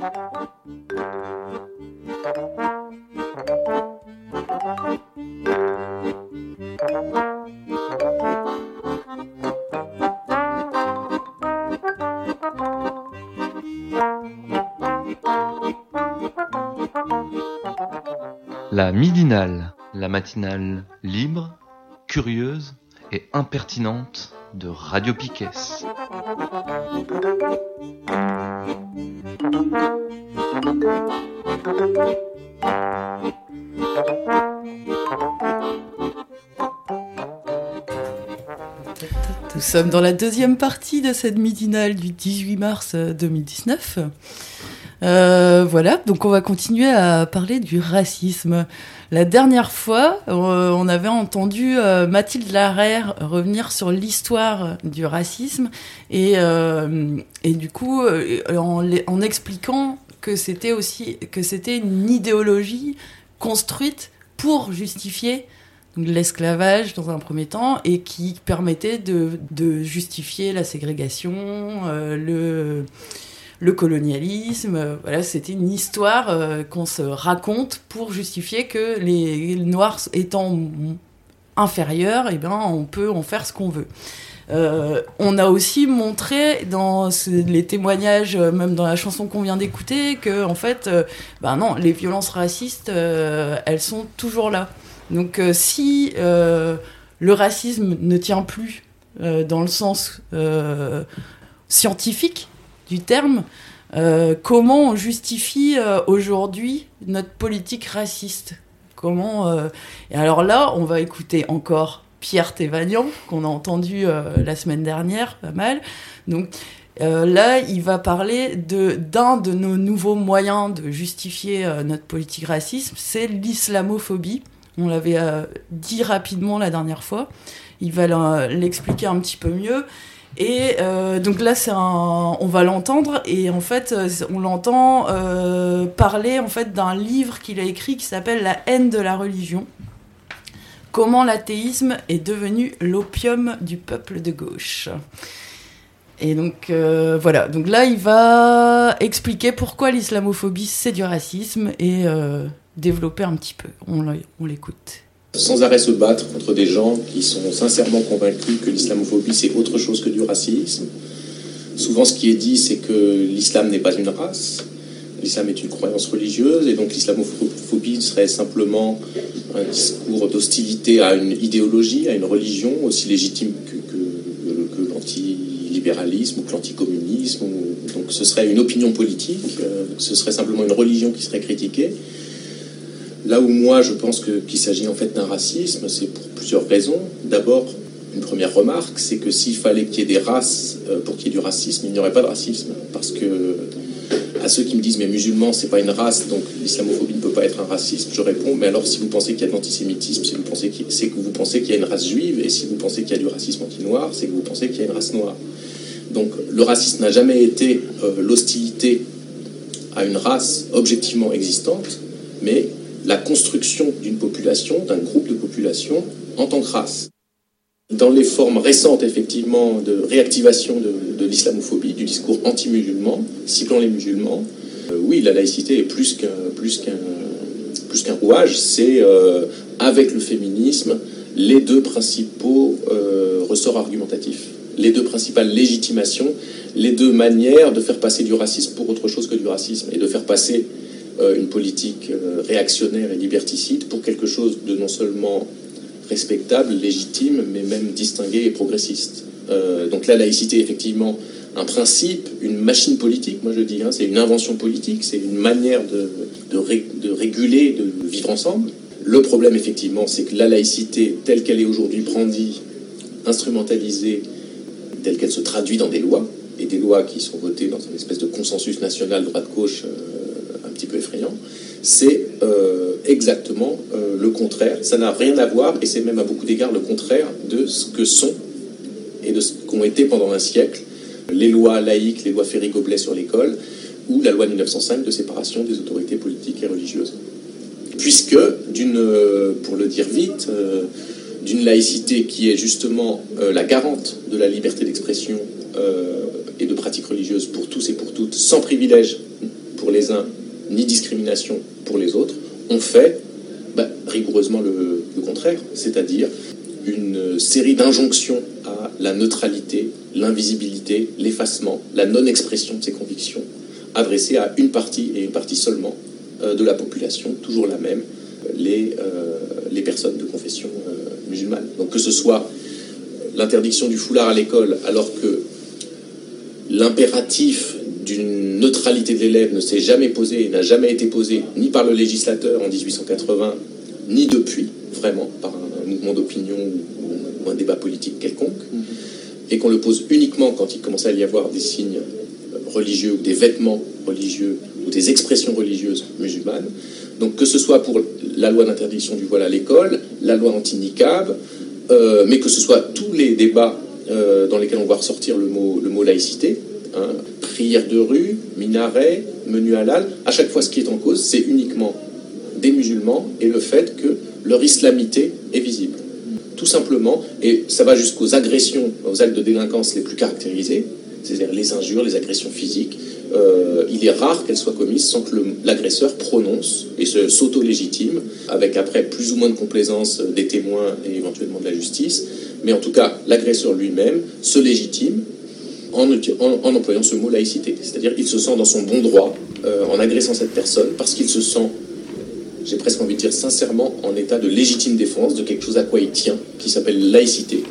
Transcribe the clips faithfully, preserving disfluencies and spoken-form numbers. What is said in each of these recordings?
La midinale, la matinale libre, curieuse et impertinente de Radio Piquet. Nous sommes dans la deuxième partie de cette midinale du dix-huit mars deux mille dix-neuf. Euh, voilà, donc on va continuer à parler du racisme. La dernière fois, euh, on avait entendu euh, Mathilde Larère revenir sur l'histoire du racisme et, euh, et du coup, euh, en, en expliquant que c'était aussi que c'était une idéologie construite pour justifier donc, l'esclavage dans un premier temps et qui permettait de, de justifier la ségrégation, euh, le le colonialisme, euh, voilà, c'était une histoire euh, qu'on se raconte pour justifier que les, les Noirs étant inférieurs, eh ben, on peut en faire ce qu'on veut. Euh, on a aussi montré dans ce, les témoignages, même dans la chanson qu'on vient d'écouter, que en fait, euh, ben non, les violences racistes, euh, elles sont toujours là. Donc, euh, si euh, le racisme ne tient plus euh, dans le sens euh, scientifique du terme, euh, comment on justifie euh, aujourd'hui notre politique raciste ? Comment euh... Et alors là, on va écouter encore Pierre Thévagnan, qu'on a entendu euh, la semaine dernière, pas mal. Donc euh, là, il va parler de, d'un de nos nouveaux moyens de justifier euh, notre politique raciste, c'est l'islamophobie. On l'avait euh, dit rapidement la dernière fois. Il va l'expliquer un petit peu mieux. Et euh, donc là, c'est un, on va l'entendre et en fait, on l'entend euh, parler en fait d'un livre qu'il a écrit qui s'appelle La haine de la religion. Comment l'athéisme est devenu l'opium du peuple de gauche. Et donc euh, voilà. Donc là, il va expliquer pourquoi l'islamophobie c'est du racisme et euh, développer un petit peu. On, on l'écoute. Sans arrêt se battre contre des gens qui sont sincèrement convaincus que l'islamophobie c'est autre chose que du racisme. Souvent ce qui est dit c'est que l'islam n'est pas une race, l'islam est une croyance religieuse et donc l'islamophobie serait simplement un discours d'hostilité à une idéologie, à une religion aussi légitime que, que, que l'antilibéralisme ou que l'anticommunisme. Ou, donc ce serait une opinion politique, euh, ce serait simplement une religion qui serait critiquée. Là où moi je pense que, qu'il s'agit en fait d'un racisme, c'est pour plusieurs raisons. D'abord, une première remarque, c'est que s'il fallait qu'il y ait des races euh, pour qu'il y ait du racisme, il n'y aurait pas de racisme. Parce que à ceux qui me disent mais musulman c'est pas une race, donc l'islamophobie ne peut pas être un racisme, je réponds mais alors si vous pensez qu'il y a de l'antisémitisme, si vous pensez qu'il, c'est que vous pensez qu'il y a une race juive, et si vous pensez qu'il y a du racisme anti-noir, c'est que vous pensez qu'il y a une race noire. Donc le racisme n'a jamais été euh, l'hostilité à une race objectivement existante, mais la construction d'une population, d'un groupe de population en tant que race. Dans les formes récentes, effectivement, de réactivation de, de l'islamophobie, du discours anti-musulman, ciblant les musulmans, euh, oui, la laïcité est plus qu'un, plus qu'un, plus qu'un rouage, c'est, euh, avec le féminisme, les deux principaux euh, ressorts argumentatifs, les deux principales légitimations, les deux manières de faire passer du racisme pour autre chose que du racisme, et de faire passer une politique réactionnaire et liberticide pour quelque chose de non seulement respectable, légitime, mais même distingué et progressiste. Euh, donc la laïcité est effectivement un principe, une machine politique, moi je dis, hein, c'est une invention politique, c'est une manière de, de, ré, de réguler, de vivre ensemble. Le problème effectivement, c'est que la laïcité, telle qu'elle est aujourd'hui brandie, instrumentalisée, telle qu'elle se traduit dans des lois, et des lois qui sont votées dans une espèce de consensus national droite-gauche euh, un petit peu effrayant, c'est euh, exactement euh, le contraire. Ça n'a rien à voir, et c'est même à beaucoup d'égards le contraire de ce que sont et de ce qu'ont été pendant un siècle les lois laïques, les lois Ferry-Goblet sur l'école, ou la loi de mille neuf cent cinq de séparation des autorités politiques et religieuses. Puisque, d'une, pour le dire vite, euh, d'une laïcité qui est justement euh, la garante de la liberté d'expression euh, et de pratique religieuse pour tous et pour toutes, sans privilège pour les uns, ni discrimination pour les autres, on fait bah, rigoureusement le, le contraire, c'est-à-dire une série d'injonctions à la neutralité, l'invisibilité, l'effacement, la non-expression de ses convictions, adressées à une partie et une partie seulement euh, de la population, toujours la même, les, euh, les personnes de confession euh, musulmane. Donc que ce soit l'interdiction du foulard à l'école, alors que l'impératif d'une neutralité de l'élève ne s'est jamais posé, n'a jamais été posé, ni par le législateur en dix-huit cent quatre-vingts, ni depuis, vraiment, par un mouvement d'opinion ou, ou un débat politique quelconque, mm-hmm. et qu'on le pose uniquement quand il commence à y avoir des signes religieux ou des vêtements religieux ou des expressions religieuses musulmanes. Donc que ce soit pour la loi d'interdiction du voile à l'école, la loi anti-niqab, euh, mais que ce soit tous les débats euh, dans lesquels on va ressortir le mot, le mot laïcité, hein, prière de rue, minaret, menu halal, à chaque fois ce qui est en cause, c'est uniquement des musulmans et le fait que leur islamité est visible. Tout simplement, et ça va jusqu'aux agressions, aux actes de délinquance les plus caractérisés, c'est-à-dire les injures, les agressions physiques. Euh, il est rare qu'elles soient commises sans que le, l'agresseur prononce et se, s'auto-légitime, avec après plus ou moins de complaisance des témoins et éventuellement de la justice. Mais en tout cas, l'agresseur lui-même se légitime en, en, en employant ce mot laïcité. C'est-à-dire qu'il se sent dans son bon droit euh, en agressant cette personne parce qu'il se sent, j'ai presque envie de dire sincèrement, en état de légitime défense de quelque chose à quoi il tient, qui s'appelle laïcité.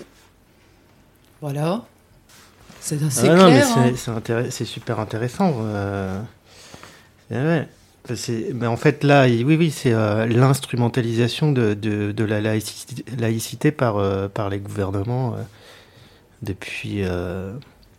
Voilà. C'est assez ah, clair. Non, mais hein. c'est, c'est, intéress- c'est super intéressant. Euh... C'est vrai. C'est... Mais en fait, là, oui, oui, c'est euh, l'instrumentalisation de, de, de la laïcité, laïcité par, euh, par les gouvernements euh, depuis, euh,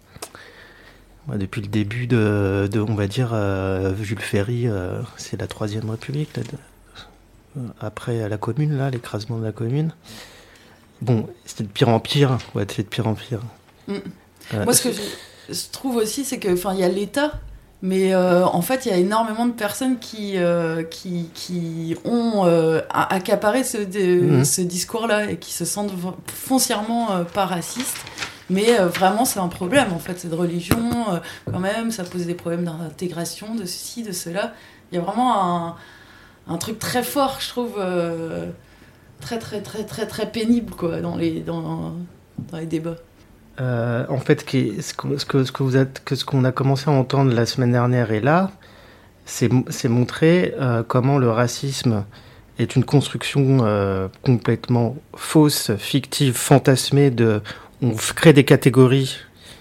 ouais, depuis le début de, de on va dire, euh, Jules Ferry, euh, c'est la Troisième République, là, de, après la Commune, là, l'écrasement de la Commune. Bon, c'était de pire en pire. Ouais, c'est de pire en pire. Mm. Euh, Moi, ce que je, je trouve aussi, c'est que, enfin, il y a l'État, mais euh, en fait, il y a énormément de personnes qui euh, qui, qui ont euh, accaparé ce, de, mmh. ce discours-là et qui se sentent foncièrement euh, pas racistes. Mais euh, vraiment, c'est un problème, en fait, cette religion, euh, quand même, ça pose des problèmes d'intégration, de ceci, de cela. Il y a vraiment un, un truc très fort, je trouve, euh, très, très, très, très, très pénible, quoi, dans les, dans, dans les débats. Euh, en fait, ce que, ce, que, ce, que vous êtes, que ce qu'on a commencé à entendre la semaine dernière et là, c'est, c'est montrer euh, comment le racisme est une construction euh, complètement fausse, fictive, fantasmée. De, on crée des catégories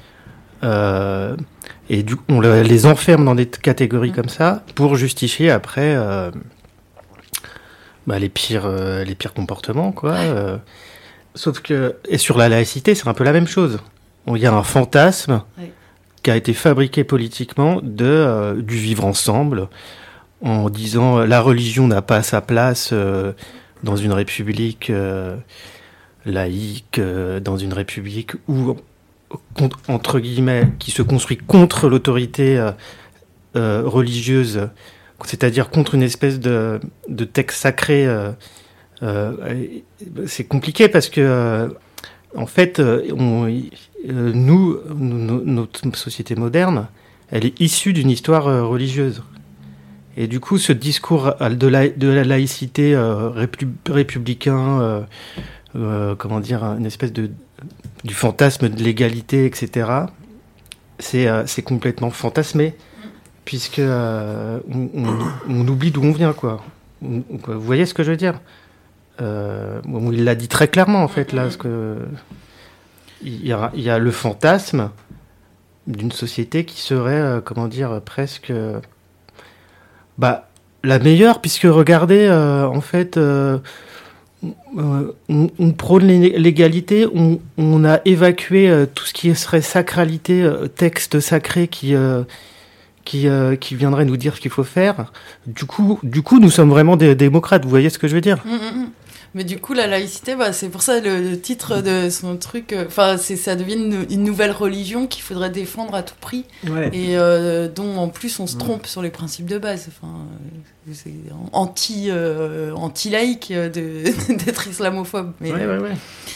euh, et du, on le, les enferme dans des catégories mmh. comme ça pour justifier après euh, bah, les, pires, euh, les pires comportements, quoi. Euh, Sauf que, et sur la laïcité, c'est un peu la même chose. Il y a un fantasme oui. qui a été fabriqué politiquement de, euh, du vivre ensemble, en disant euh, la religion n'a pas sa place euh, dans une république euh, laïque, euh, dans une république où, entre guillemets, qui se construit contre l'autorité euh, euh, religieuse, c'est-à-dire contre une espèce de, de texte sacré. Euh, Euh, c'est compliqué parce que, euh, en fait, on, euh, nous, nous, notre société moderne, elle est issue d'une histoire euh, religieuse. Et du coup, ce discours de la, de la laïcité euh, répu, républicain, euh, euh, comment dire, une espèce de du fantasme de l'égalité, et cetera. C'est, euh, c'est complètement fantasmé, puisque euh, on, on, on oublie d'où on vient, quoi. On, on, vous voyez ce que je veux dire? Euh, bon, il l'a dit très clairement en fait là, parce que il y a, il y a le fantasme d'une société qui serait, euh, comment dire, presque, euh, bah, la meilleure, puisque regardez, euh, en fait, euh, euh, on, on prône l'égalité, on, on a évacué euh, tout ce qui serait sacralité, euh, texte sacré qui euh, qui, euh, qui viendrait nous dire ce qu'il faut faire. Du coup, du coup, nous sommes vraiment des démocrates. Vous voyez ce que je veux dire? Mmh, mmh. Mais du coup, la laïcité, bah, c'est pour ça le, le titre de son truc. Enfin, euh, c'est ça devient une, une nouvelle religion qu'il faudrait défendre à tout prix, ouais. et euh, dont en plus on se trompe ouais. sur les principes de base. Enfin, c'est anti euh, anti laïque de, d'être islamophobe. Mais, ouais, ouais, ouais.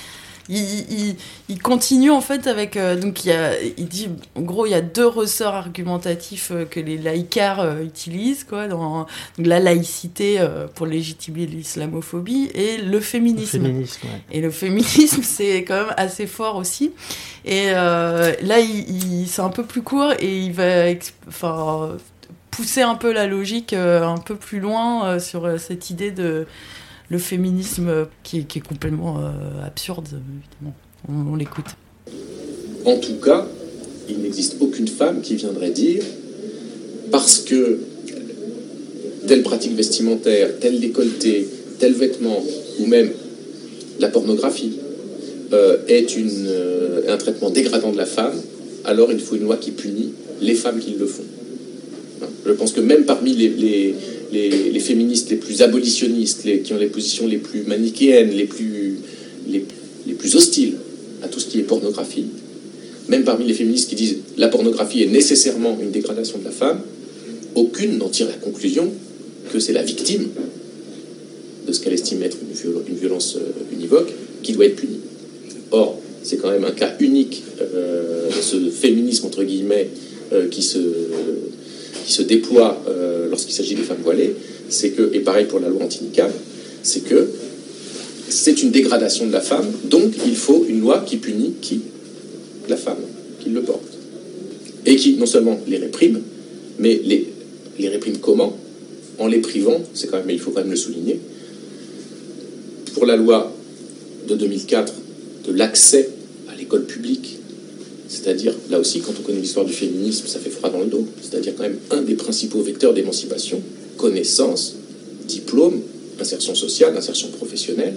il, il, il continue en fait avec euh, donc il, y a, il dit en gros il y a deux ressorts argumentatifs euh, que les laïcards euh, utilisent quoi, dans donc, la laïcité euh, pour légitimer l'islamophobie et le féminisme. Le féminisme ouais. Et le féminisme c'est quand même assez fort aussi. Et euh, là il, il, c'est un peu plus court et il va enfin pousser un peu la logique euh, un peu plus loin euh, sur euh, cette idée de le féminisme euh, qui, est, qui est complètement euh, absurde, évidemment. On, on l'écoute. En tout cas, il n'existe aucune femme qui viendrait dire parce que telle pratique vestimentaire, tel décolleté, tel vêtement, ou même la pornographie, euh, est une, euh, un traitement dégradant de la femme, alors il faut une loi qui punit les femmes qui le font. Je pense que même parmi les, les, les, les féministes les plus abolitionnistes, les, qui ont les positions les plus manichéennes, les plus, les, les plus hostiles à tout ce qui est pornographie, même parmi les féministes qui disent la pornographie est nécessairement une dégradation de la femme, aucune n'en tire la conclusion que c'est la victime de ce qu'elle estime être une, viol- une violence euh, univoque qui doit être punie. Or, c'est quand même un cas unique euh, de ce féminisme entre guillemets euh, qui se... Euh, qui se déploie euh, lorsqu'il s'agit des femmes voilées, c'est que, et pareil pour la loi anti-niqab, c'est que c'est une dégradation de la femme, donc il faut une loi qui punit qui ? La femme, qui le porte. Et qui non seulement les réprime, mais les, les réprime comment ? En les privant, c'est quand même, il faut quand même le souligner, pour la loi de deux mille quatre, de l'accès à l'école publique. C'est-à-dire, là aussi, quand on connaît l'histoire du féminisme, ça fait froid dans le dos. C'est-à-dire quand même un des principaux vecteurs d'émancipation, connaissance, diplôme, insertion sociale, insertion professionnelle.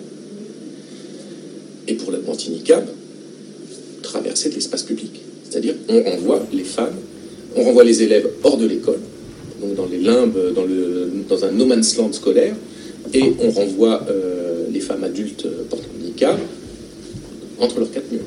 Et pour la anti-niqab, traverser de l'espace public. C'est-à-dire, on renvoie les femmes, on renvoie les élèves hors de l'école, donc dans les limbes, dans, le, dans un no man's land scolaire, et on renvoie euh, les femmes adultes portant le niqab entre leurs quatre murs.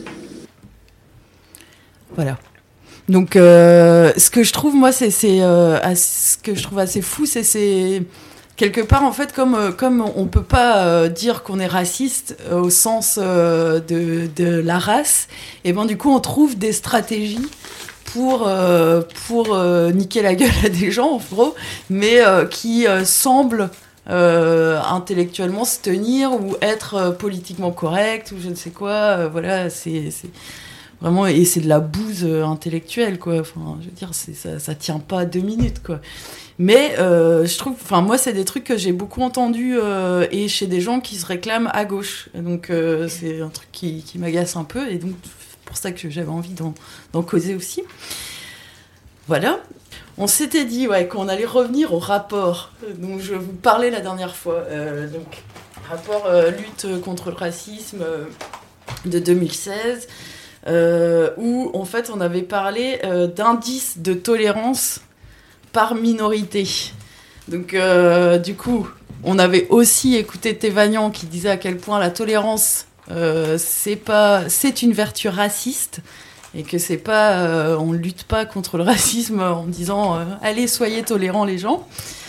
Voilà. Donc, euh, ce que je trouve, moi, c'est, c'est euh, assez, ce que je trouve assez fou, c'est, c'est quelque part, en fait, comme, euh, comme on peut pas euh, dire qu'on est raciste euh, au sens euh, de, de la race, et ben du coup, on trouve des stratégies pour euh, pour euh, niquer la gueule à des gens, en gros, mais euh, qui euh, semblent euh, intellectuellement se tenir ou être euh, politiquement correct ou je ne sais quoi. Euh, voilà, c'est, c'est vraiment, et c'est de la bouse euh, intellectuelle, quoi. Enfin, je veux dire, c'est, ça, ça tient pas deux minutes, quoi. Mais euh, je trouve, enfin, moi, c'est des trucs que j'ai beaucoup entendus euh, et chez des gens qui se réclament à gauche. Donc, euh, c'est un truc qui, qui m'agace un peu, et donc c'est pour ça que j'avais envie d'en, d'en causer aussi. Voilà. On s'était dit, ouais, qu'on allait revenir au rapport dont je vous parlais la dernière fois. Euh, donc, rapport euh, lutte contre le racisme euh, de deux mille seize. Euh, où en fait on avait parlé euh, d'indices de tolérance par minorité. Donc euh, du coup on avait aussi écouté Thévagnan qui disait à quel point la tolérance euh, c'est pas c'est une vertu raciste et que c'est pas euh, on lutte pas contre le racisme en disant euh, allez soyez tolérants les gens.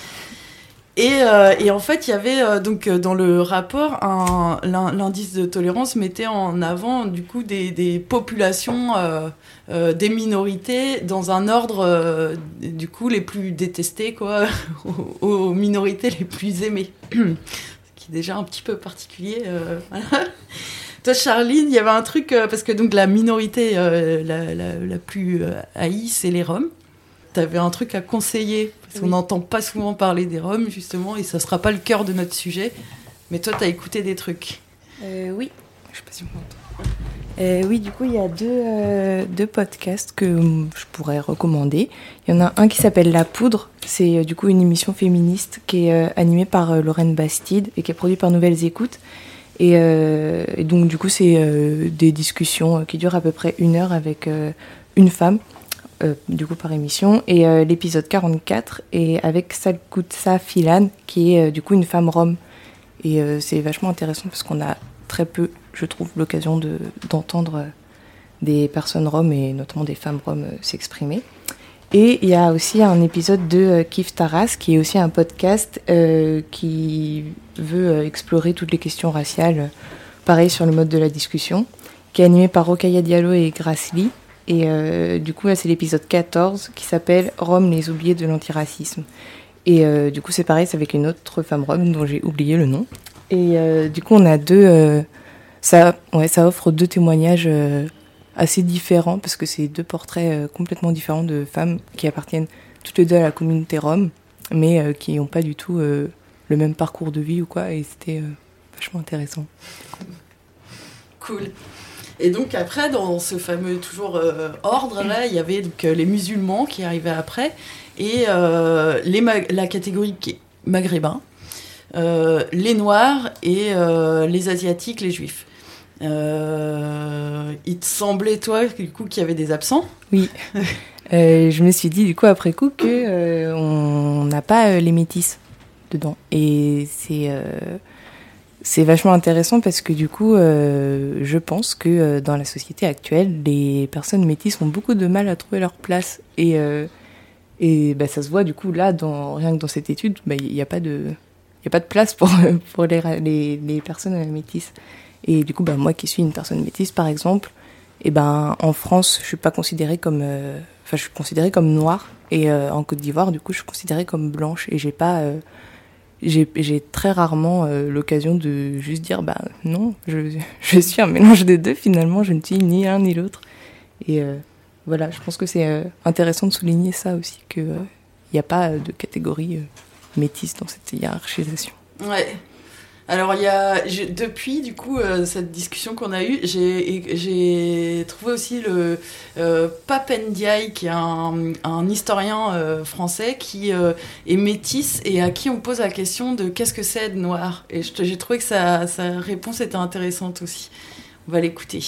Et, euh, et en fait, il y avait euh, donc dans le rapport un, l'indice de tolérance mettait en avant du coup des, des populations, euh, euh, des minorités dans un ordre euh, du coup les plus détestées quoi, aux, aux minorités les plus aimées, ce qui est déjà un petit peu particulier. Euh, voilà. Toi, Charline, il y avait un truc euh, parce que donc la minorité euh, la, la, la plus euh, haïe, c'est les Roms. T'avais un truc à conseiller, parce qu'on n'entend oui. pas souvent parler des Roms, justement, et ça sera pas le cœur de notre sujet. Mais toi, t'as écouté des trucs. Euh, oui, je sais pas si on m'entend. Euh, oui, du coup, il y a deux, euh, deux podcasts que je pourrais recommander. Il y en a un qui s'appelle La Poudre. C'est euh, du coup une émission féministe qui est euh, animée par euh, Lorraine Bastide et qui est produite par Nouvelles Écoutes. Et, euh, et donc, du coup, c'est euh, des discussions euh, qui durent à peu près une heure avec euh, une femme. Euh, du coup par émission, et euh, l'épisode quarante-quatre est avec Salkutsa Filan qui est euh, du coup une femme rom, et euh, c'est vachement intéressant parce qu'on a très peu, je trouve, l'occasion de, d'entendre euh, des personnes rom et notamment des femmes rom euh, s'exprimer. Et il y a aussi un épisode de euh, Kif Taras qui est aussi un podcast euh, qui veut euh, explorer toutes les questions raciales, euh, pareil sur le mode de la discussion. qui est animé par Rokhaya Diallo et Grace Lee. Et euh, du coup, là, c'est l'épisode quatorze qui s'appelle « Rome, les oubliés de l'antiracisme ». Et euh, du coup, c'est pareil, c'est avec une autre femme rome dont j'ai oublié le nom. Et euh, du coup, on a deux... Euh, ça, ouais, ça offre deux témoignages euh, assez différents, parce que c'est deux portraits euh, complètement différents de femmes qui appartiennent toutes les deux à la communauté rome, mais euh, qui n'ont pas du tout euh, le même parcours de vie ou quoi. Et c'était euh, vachement intéressant. Cool. Et donc après, dans ce fameux toujours euh, ordre là, il y avait donc euh, les musulmans qui arrivaient après et euh, les ma- la catégorie qui est maghrébin, euh, les noirs et euh, les asiatiques, les juifs. Euh, il te semblait toi du coup qu'il y avait des absents ? Oui. euh, je me suis dit du coup après coup que euh, on n'a pas euh, les métis dedans et c'est euh, C'est vachement intéressant parce que du coup, euh, je pense que euh, dans la société actuelle, les personnes métisses ont beaucoup de mal à trouver leur place. Et, euh, et bah, ça se voit du coup là, dans, rien que dans cette étude, il bah, n'y a, a pas de place pour, pour les, les, les personnes métisses. Et du coup, bah, moi qui suis une personne métisse par exemple, et ben, en France, je ne suis pas considérée comme... Euh, enfin, je suis considérée comme noire. Et euh, en Côte d'Ivoire, du coup, je suis considérée comme blanche. Et j'ai pas... Euh, J'ai, j'ai très rarement euh, l'occasion de juste dire bah non, je, je suis un mélange des deux finalement, je ne suis ni l'un ni l'autre. Et euh, voilà, je pense que c'est euh, intéressant de souligner ça aussi, qu'il n'y euh, a pas de catégorie euh, métisse dans cette hiérarchisation. Ouais. Alors, il y a, je, depuis, du coup, euh, cette discussion qu'on a eue, j'ai, j'ai trouvé aussi le euh, Pape Ndiaye, qui est un, un historien euh, français qui euh, est métis et à qui on pose la question de qu'est-ce que c'est de noir. Et je, j'ai trouvé que sa, sa réponse était intéressante aussi. On va l'écouter.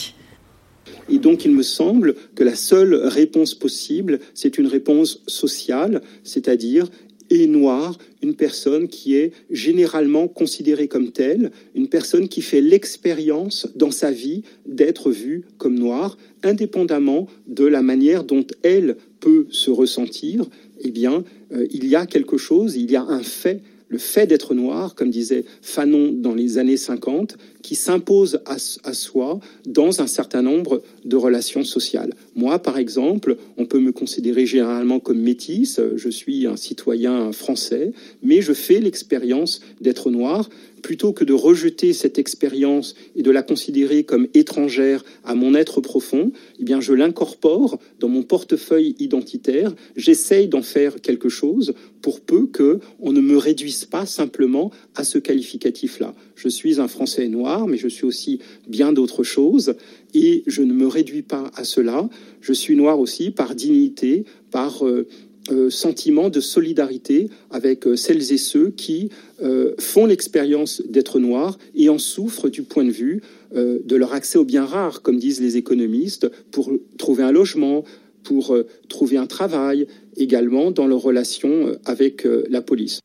Et donc, il me semble que la seule réponse possible, c'est une réponse sociale, c'est-à-dire est noir, une personne qui est généralement considérée comme telle, une personne qui fait l'expérience dans sa vie d'être vue comme noire, indépendamment de la manière dont elle peut se ressentir. Eh bien, euh, il y a quelque chose, il y a un fait, le fait d'être noir, comme disait Fanon dans les années cinquante, qui s'impose à, à soi dans un certain nombre de relations sociales. Moi, par exemple, on peut me considérer généralement comme métisse, je suis un citoyen français, mais je fais l'expérience d'être noir. Plutôt que de rejeter cette expérience et de la considérer comme étrangère à mon être profond, eh bien, je l'incorpore dans mon portefeuille identitaire, j'essaye d'en faire quelque chose pour peu qu'on ne me réduise pas simplement à ce qualificatif-là. Je suis un Français noir, mais je suis aussi bien d'autres choses et je ne me réduis pas à cela. Je suis noir aussi par dignité, par euh, euh, sentiment de solidarité avec euh, celles et ceux qui euh, font l'expérience d'être noirs et en souffrent du point de vue euh, de leur accès aux biens rares, comme disent les économistes, pour trouver un logement, pour euh, trouver un travail, également dans leurs relations avec euh, la police.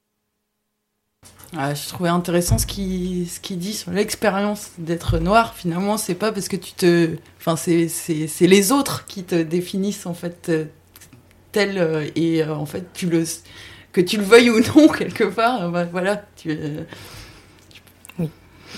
Ah, je trouvais intéressant ce qu'il, ce qu'il dit sur l'expérience d'être noir. Finalement, c'est pas parce que tu te... Enfin, c'est, c'est, c'est les autres qui te définissent, en fait, tel... Et euh, en fait, tu le... que tu le veuilles ou non, quelque part, bah, voilà. Tu, euh... Oui.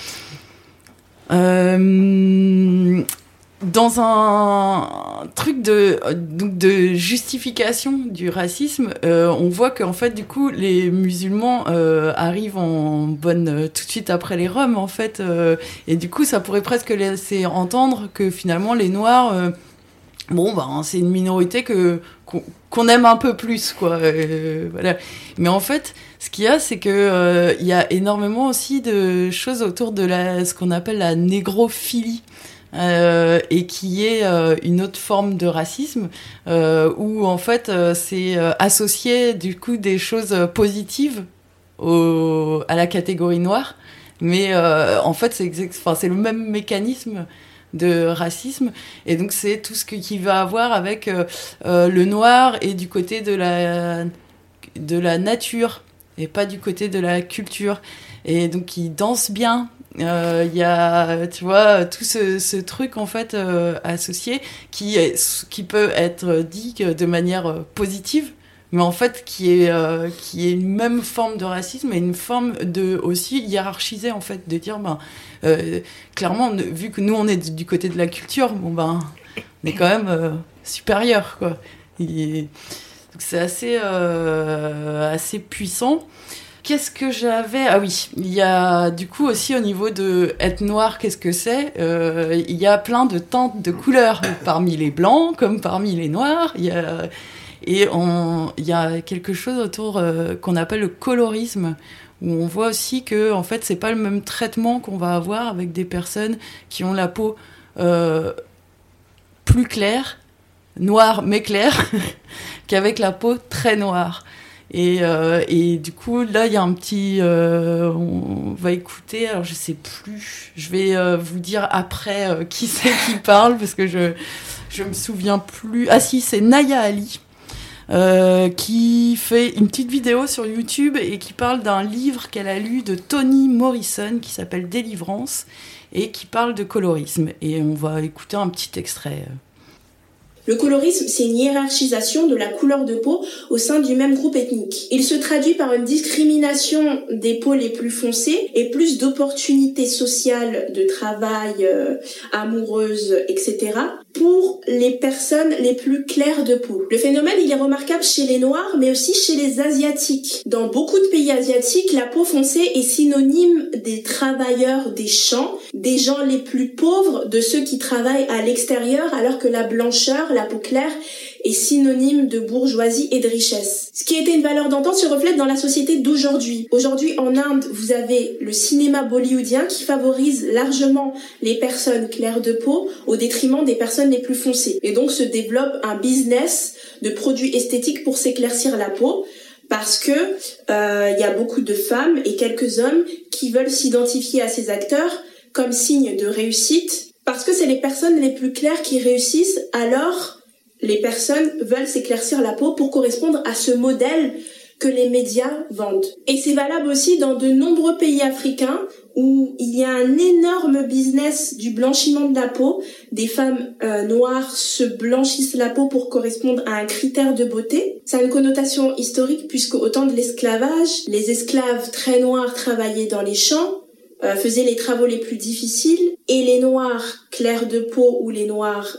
Euh... Dans un truc de, de justification du racisme, euh, on voit qu'en fait, du coup, les musulmans euh, arrivent en bonne euh, tout de suite après les Roms, en fait, euh, et du coup, ça pourrait presque laisser entendre que finalement, les Noirs, euh, bon, ben, c'est une minorité que qu'on, qu'on aime un peu plus, quoi. Euh, voilà. Mais en fait, ce qu'il y a, c'est que euh, il y a énormément aussi de choses autour de la, ce qu'on appelle la négrophilie. Euh, et qui est euh, une autre forme de racisme euh, où en fait euh, c'est euh, associé du coup des choses positives au, à la catégorie noire, mais euh, en fait c'est, exact, enfin, c'est le même mécanisme de racisme et donc c'est tout ce qui va avoir avec euh, euh, le noir et du côté de la, de la nature et pas du côté de la culture et donc ils dansent bien. Il euh, y a, tu vois, tout ce, ce truc en fait euh, associé qui, est, qui peut être dit de manière positive mais en fait qui est euh, qui est une même forme de racisme et une forme de aussi hiérarchisée en fait, de dire ben euh, clairement, vu que nous on est du côté de la culture, bon ben on est quand même euh, supérieur quoi. Et, donc c'est assez euh, assez puissant. Qu'est-ce que j'avais ? Ah oui, il y a du coup aussi au niveau de être noir, qu'est-ce que c'est ? euh, Il y a plein de teintes de couleurs parmi les blancs comme parmi les noirs. Il y a, et on, il y a quelque chose autour euh, qu'on appelle le colorisme, où on voit aussi que en fait c'est pas le même traitement qu'on va avoir avec des personnes qui ont la peau euh, plus claire, noire mais claire, qu'avec la peau très noire. Et, euh, et du coup, là, il y a un petit... Euh, on va écouter, alors je sais plus, je vais euh, vous dire après euh, qui c'est qui parle, parce que je je me souviens plus. Ah si, c'est Naya Ali, euh, qui fait une petite vidéo sur YouTube et qui parle d'un livre qu'elle a lu de Toni Morrison, qui s'appelle Délivrance, et qui parle de colorisme. Et on va écouter un petit extrait. Le colorisme, c'est une hiérarchisation de la couleur de peau au sein du même groupe ethnique. Il se traduit par une discrimination des peaux les plus foncées et plus d'opportunités sociales de travail, euh, amoureuses, et cetera pour les personnes les plus claires de peau. Le phénomène, il est remarquable chez les Noirs, mais aussi chez les Asiatiques. Dans beaucoup de pays asiatiques, la peau foncée est synonyme des travailleurs des champs, des gens les plus pauvres, de ceux qui travaillent à l'extérieur, alors que la blancheur, la peau claire, est synonyme de bourgeoisie et de richesse. Ce qui était une valeur d'antan se reflète dans la société d'aujourd'hui. Aujourd'hui, en Inde, vous avez le cinéma bollywoodien qui favorise largement les personnes claires de peau au détriment des personnes les plus foncées. Et donc se développe un business de produits esthétiques pour s'éclaircir la peau, parce que euh, y a beaucoup de femmes et quelques hommes qui veulent s'identifier à ces acteurs comme signe de réussite, parce que c'est les personnes les plus claires qui réussissent, alors les personnes veulent s'éclaircir la peau pour correspondre à ce modèle que les médias vendent. Et c'est valable aussi dans de nombreux pays africains où il y a un énorme business du blanchiment de la peau. Des femmes euh, noires se blanchissent la peau pour correspondre à un critère de beauté. Ça a une connotation historique puisque au temps de l'esclavage, les esclaves très noirs travaillaient dans les champs, euh, faisaient les travaux les plus difficiles, et les noirs clairs de peau ou les noirs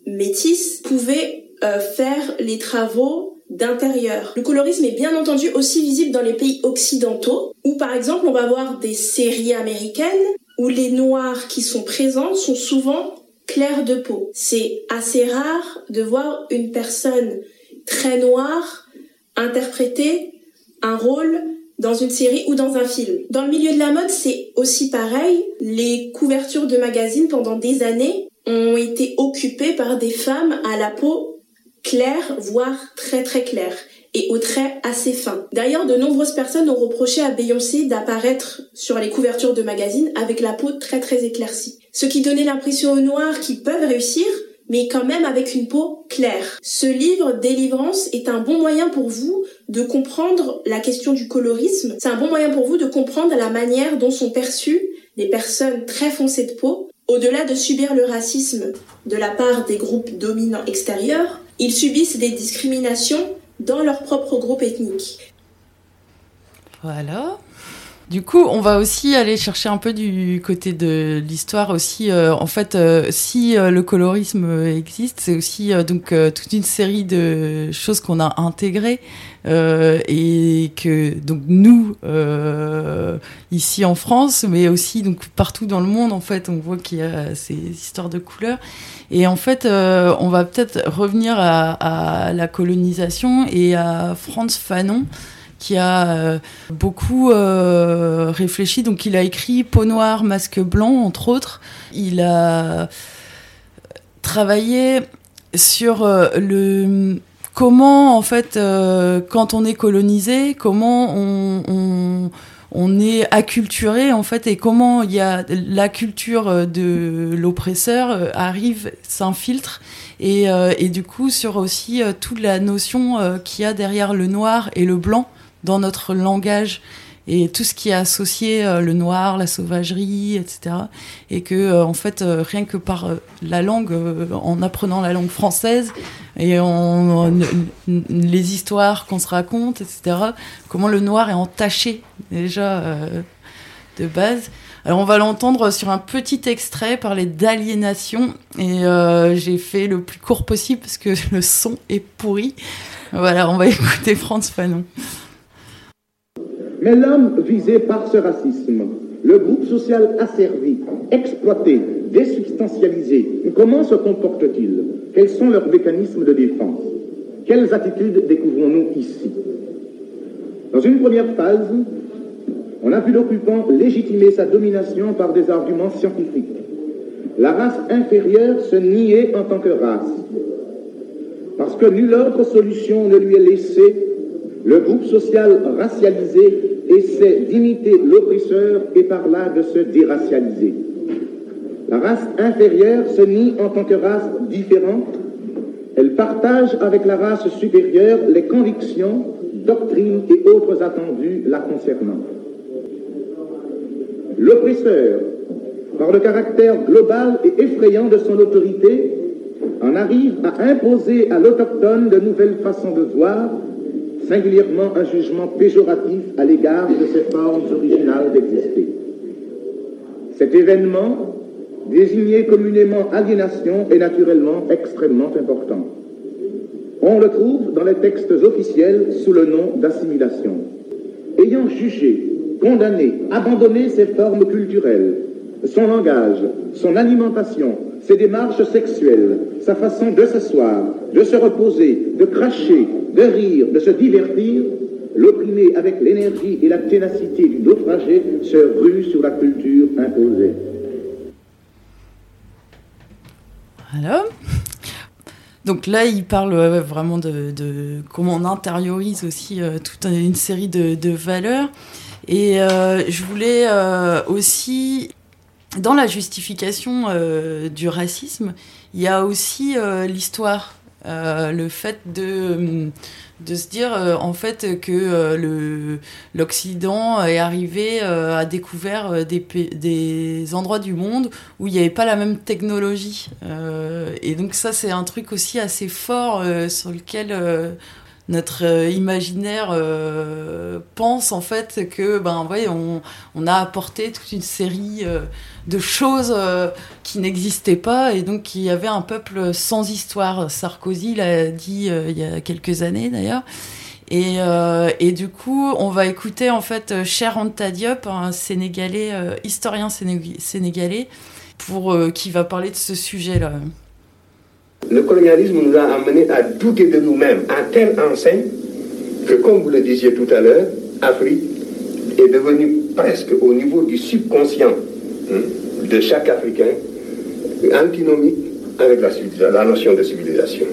métis pouvaient euh, faire les travaux d'intérieur. Le colorisme est bien entendu aussi visible dans les pays occidentaux, où par exemple on va voir des séries américaines où les noirs qui sont présents sont souvent clairs de peau. C'est assez rare de voir une personne très noire interpréter un rôle dans une série ou dans un film. Dans le milieu de la mode, c'est aussi pareil. Les couvertures de magazines pendant des années ont été occupées par des femmes à la peau claire, voire très très claire, et aux traits assez fins. D'ailleurs, de nombreuses personnes ont reproché à Beyoncé d'apparaître sur les couvertures de magazines avec la peau très très éclaircie. Ce qui donnait l'impression aux Noirs qu'ils peuvent réussir, mais quand même avec une peau claire. Ce livre, Délivrance, est un bon moyen pour vous de comprendre la question du colorisme. C'est un bon moyen pour vous de comprendre la manière dont sont perçues les personnes très foncées de peau. Au-delà de subir le racisme de la part des groupes dominants extérieurs, ils subissent des discriminations dans leur propre groupe ethnique. Voilà. Du coup, on va aussi aller chercher un peu du côté de l'histoire aussi. Euh, en fait, euh, si euh, le colorisme existe, c'est aussi euh, donc euh, toute une série de choses qu'on a intégrées euh, et que donc nous euh, ici en France, mais aussi donc partout dans le monde, en fait, on voit qu'il y a ces histoires de couleurs. Et en fait, euh, on va peut-être revenir à, à la colonisation et à Frantz Fanon, qui a euh, beaucoup euh, réfléchi. Donc, il a écrit Peau noire, masque blanc, entre autres. Il a travaillé sur euh, le comment, en fait, euh, quand on est colonisé, comment on, on, on est acculturé, en fait, et comment il y a la culture de l'oppresseur euh, arrive, s'infiltre. Et, euh, et du coup, sur aussi euh, toute la notion euh, qu'il y a derrière le noir et le blanc dans notre langage et tout ce qui est associé, euh, le noir, la sauvagerie, et cetera. Et que, euh, en fait, euh, rien que par euh, la langue, euh, en apprenant la langue française et en, en, en les histoires qu'on se raconte, et cetera, comment le noir est entaché déjà euh, de base. Alors on va l'entendre sur un petit extrait, parler d'aliénation, et euh, j'ai fait le plus court possible parce que le son est pourri. Voilà, on va écouter Frantz Fanon. Mais l'homme visé par ce racisme, le groupe social asservi, exploité, désubstantialisé, comment se comporte-t-il? Quels sont leurs mécanismes de défense? Quelles attitudes découvrons-nous ici? Dans une première phase, on a vu l'occupant légitimer sa domination par des arguments scientifiques. La race inférieure se niait en tant que race. Parce que nulle autre solution ne lui est laissée, le groupe social racialisé essaie d'imiter l'oppresseur et par là de se déracialiser. La race inférieure se nie en tant que race différente. Elle partage avec la race supérieure les convictions, doctrines et autres attendus la concernant. L'oppresseur, par le caractère global et effrayant de son autorité, en arrive à imposer à l'autochtone de nouvelles façons de voir, singulièrement un jugement péjoratif à l'égard de ses formes originales d'exister. Cet événement, désigné communément aliénation, est naturellement extrêmement important. On le trouve dans les textes officiels sous le nom d'assimilation. Ayant jugé, condamné, abandonné ses formes culturelles, son langage, son alimentation, ses démarches sexuelles, sa façon de s'asseoir, de se reposer, de cracher, de rire, de se divertir, l'opprimé avec l'énergie et la ténacité du naufragé se rue sur la culture imposée. Voilà. Donc là, il parle euh, vraiment de, de comment on intériorise aussi euh, toute une série de, de valeurs. Et euh, je voulais euh, aussi, dans la justification euh, du racisme, il y a aussi euh, l'histoire, euh, le fait de, de se dire euh, en fait que euh, le, l'Occident est arrivé, euh, a découvert euh, des, des endroits du monde où il n'y avait pas la même technologie. Euh, et donc ça, c'est un truc aussi assez fort euh, sur lequel... Euh, notre euh, imaginaire euh, pense en fait que ben ouais on on a apporté toute une série euh, de choses euh, qui n'existaient pas et donc qu'il y avait un peuple sans histoire. Sarkozy l'a dit euh, il y a quelques années d'ailleurs. Et, euh, et du coup, on va écouter en fait Cheikh Anta Diop, un Sénégalais, euh, historien séné- sénégalais, pour euh, qui va parler de ce sujet-là. Le colonialisme nous a amenés à douter de nous-mêmes à telle enseigne que, comme vous le disiez tout à l'heure, Afrique est devenue presque au niveau du subconscient hein, de chaque Africain antinomique avec la, la notion de civilisation.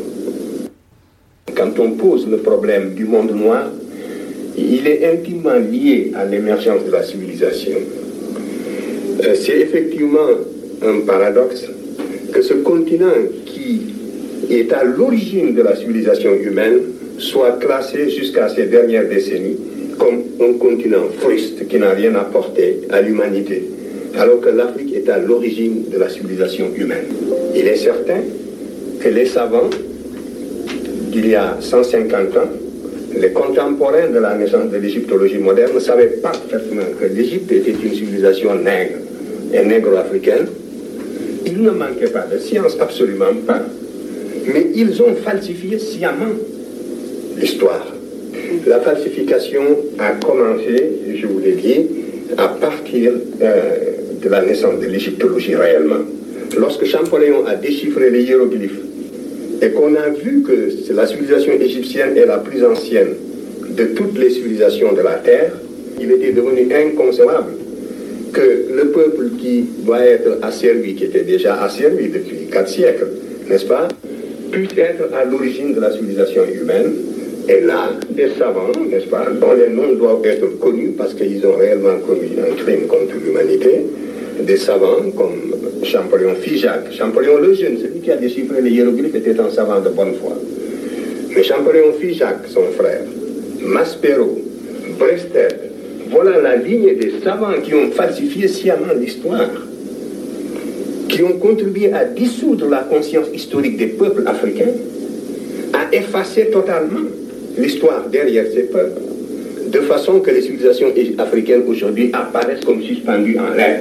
Quand on pose le problème du monde noir, il est intimement lié à l'émergence de la civilisation. Euh, c'est effectivement un paradoxe que ce continent qui est à l'origine de la civilisation humaine soit classé jusqu'à ces dernières décennies comme un continent fruste qui n'a rien apporté à l'humanité, alors que l'Afrique est à l'origine de la civilisation humaine. Il est certain que les savants d'il y a cent cinquante ans, les contemporains de la naissance de l'égyptologie moderne, savaient parfaitement que l'Égypte était une civilisation nègre et négro-africaine. Il ne manquait pas de science, absolument pas. Mais ils ont falsifié sciemment l'histoire. La falsification a commencé, je vous l'ai dit, à partir euh, de la naissance de l'égyptologie réellement. Lorsque Champollion a déchiffré les hiéroglyphes et qu'on a vu que la civilisation égyptienne est la plus ancienne de toutes les civilisations de la Terre, il était devenu inconcevable que le peuple qui doit être asservi, qui était déjà asservi depuis quatre siècles, n'est-ce pas, puisse être à l'origine de la civilisation humaine. Et là, des savants, n'est-ce pas, dont les noms doivent être connus parce qu'ils ont réellement commis un crime contre l'humanité, des savants comme Champollion Figeac, Champollion le Jeune, celui qui a déchiffré les hiéroglyphes, était un savant de bonne foi. Mais Champollion Figeac, son frère, Maspero, Breasted, Voilà la ligne des savants qui ont falsifié sciemment l'histoire, qui ont contribué à dissoudre la conscience historique des peuples africains, à effacer totalement l'histoire derrière ces peuples, de façon que les civilisations africaines aujourd'hui apparaissent comme suspendues en l'air.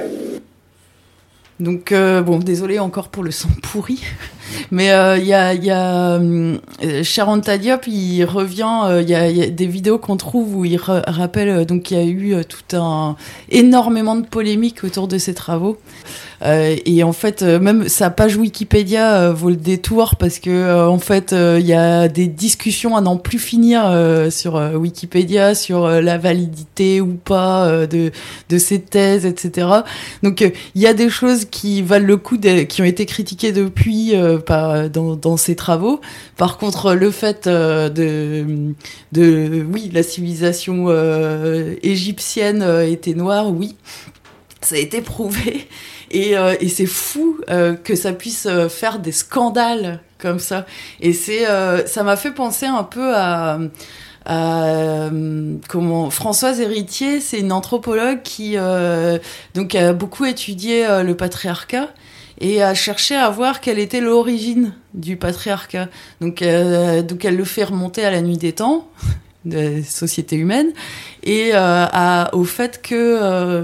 Donc, euh, bon, désolé encore pour le son pourri, mais il euh, y a, y a euh, Cheikh Anta Diop, il revient, il euh, y, a, y a des vidéos qu'on trouve où il re- rappelle euh, donc qu'il y a eu euh, tout un énormément de polémiques autour de ses travaux. Euh, et en fait, euh, même sa page Wikipédia euh, vaut le détour parce que euh, en fait, il euh, y a des discussions à n'en plus finir euh, sur euh, Wikipédia sur euh, la validité ou pas euh, de de ses thèses, et cetera. Donc, il euh, y a des choses qui valent le coup, de, qui ont été critiquées depuis euh, par dans dans ses travaux. Par contre, le fait euh, de de oui, la civilisation euh, égyptienne euh, était noire, oui, ça a été prouvé. Et, euh, et c'est fou euh, que ça puisse euh, faire des scandales comme ça. Et c'est, euh, ça m'a fait penser un peu à, à euh, comment Françoise Héritier, c'est une anthropologue qui euh, donc a beaucoup étudié euh, le patriarcat et a cherché à voir quelle était l'origine du patriarcat. Donc, euh, donc elle le fait remonter à la nuit des temps, des sociétés humaines, et euh, à, au fait que euh,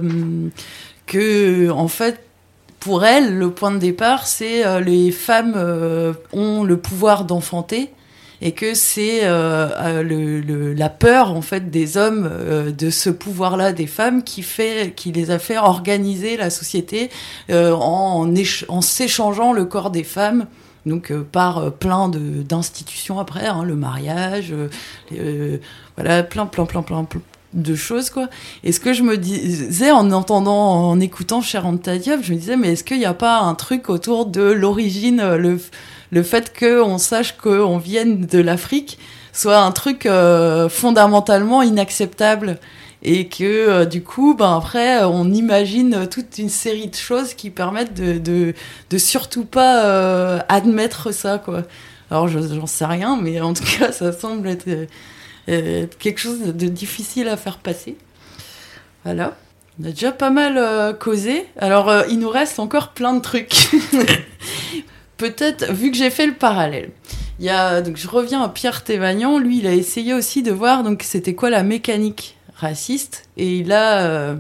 que en fait pour elle, le point de départ, c'est euh, les femmes euh, ont le pouvoir d'enfanter et que c'est euh, euh, le, le, la peur en fait des hommes euh, de ce pouvoir-là des femmes qui fait, qui les a fait organiser la société euh, en, éch- en s'échangeant le corps des femmes. Donc euh, par euh, plein de d'institutions après, hein, le mariage, euh, euh, voilà, plein, plein, plein, plein. plein de choses, quoi. Et ce que je me disais en entendant, en écoutant Cheikh Anta Diop, je me disais, mais est-ce qu'il n'y a pas un truc autour de l'origine, le, le fait qu'on sache qu'on vienne de l'Afrique soit un truc euh, fondamentalement inacceptable et que euh, du coup, ben après, on imagine toute une série de choses qui permettent de, de, de surtout pas euh, admettre ça, quoi. Alors, je, j'en sais rien, mais en tout cas, ça semble être... Euh, quelque chose de difficile à faire passer. Voilà. On a déjà pas mal euh, causé. Alors, euh, il nous reste encore plein de trucs. Peut-être, vu que j'ai fait le parallèle. Il y a, donc, je reviens à Pierre Thévagnan. Lui, il a essayé aussi de voir donc, c'était quoi la mécanique raciste. Et il a euh,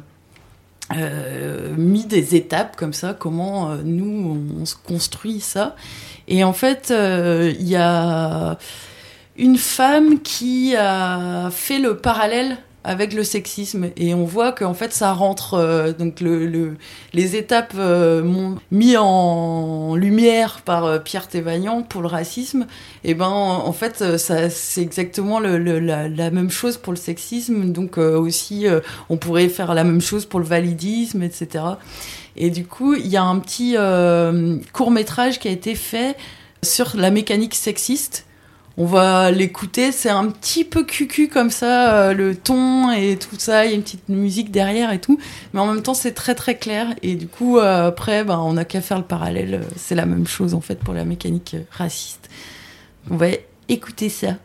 euh, mis des étapes comme ça, comment euh, nous, on, on se construit ça. Et en fait, euh, il y a... une femme qui a fait le parallèle avec le sexisme et on voit qu'en fait ça rentre euh, donc le, le les étapes euh, mis en lumière par euh, Pierre Thévagnan pour le racisme et ben en fait ça c'est exactement le, le, la, la même chose pour le sexisme donc euh, aussi euh, on pourrait faire la même chose pour le validisme, etc. Et du coup il y a un petit euh, court-métrage qui a été fait sur la mécanique sexiste. On va l'écouter, c'est un petit peu cucu comme ça, euh, le ton et tout ça, il y a une petite musique derrière et tout, mais en même temps c'est très très clair et du coup euh, après ben, on n'a qu'à faire le parallèle, c'est la même chose en fait pour la mécanique raciste. On va écouter ça.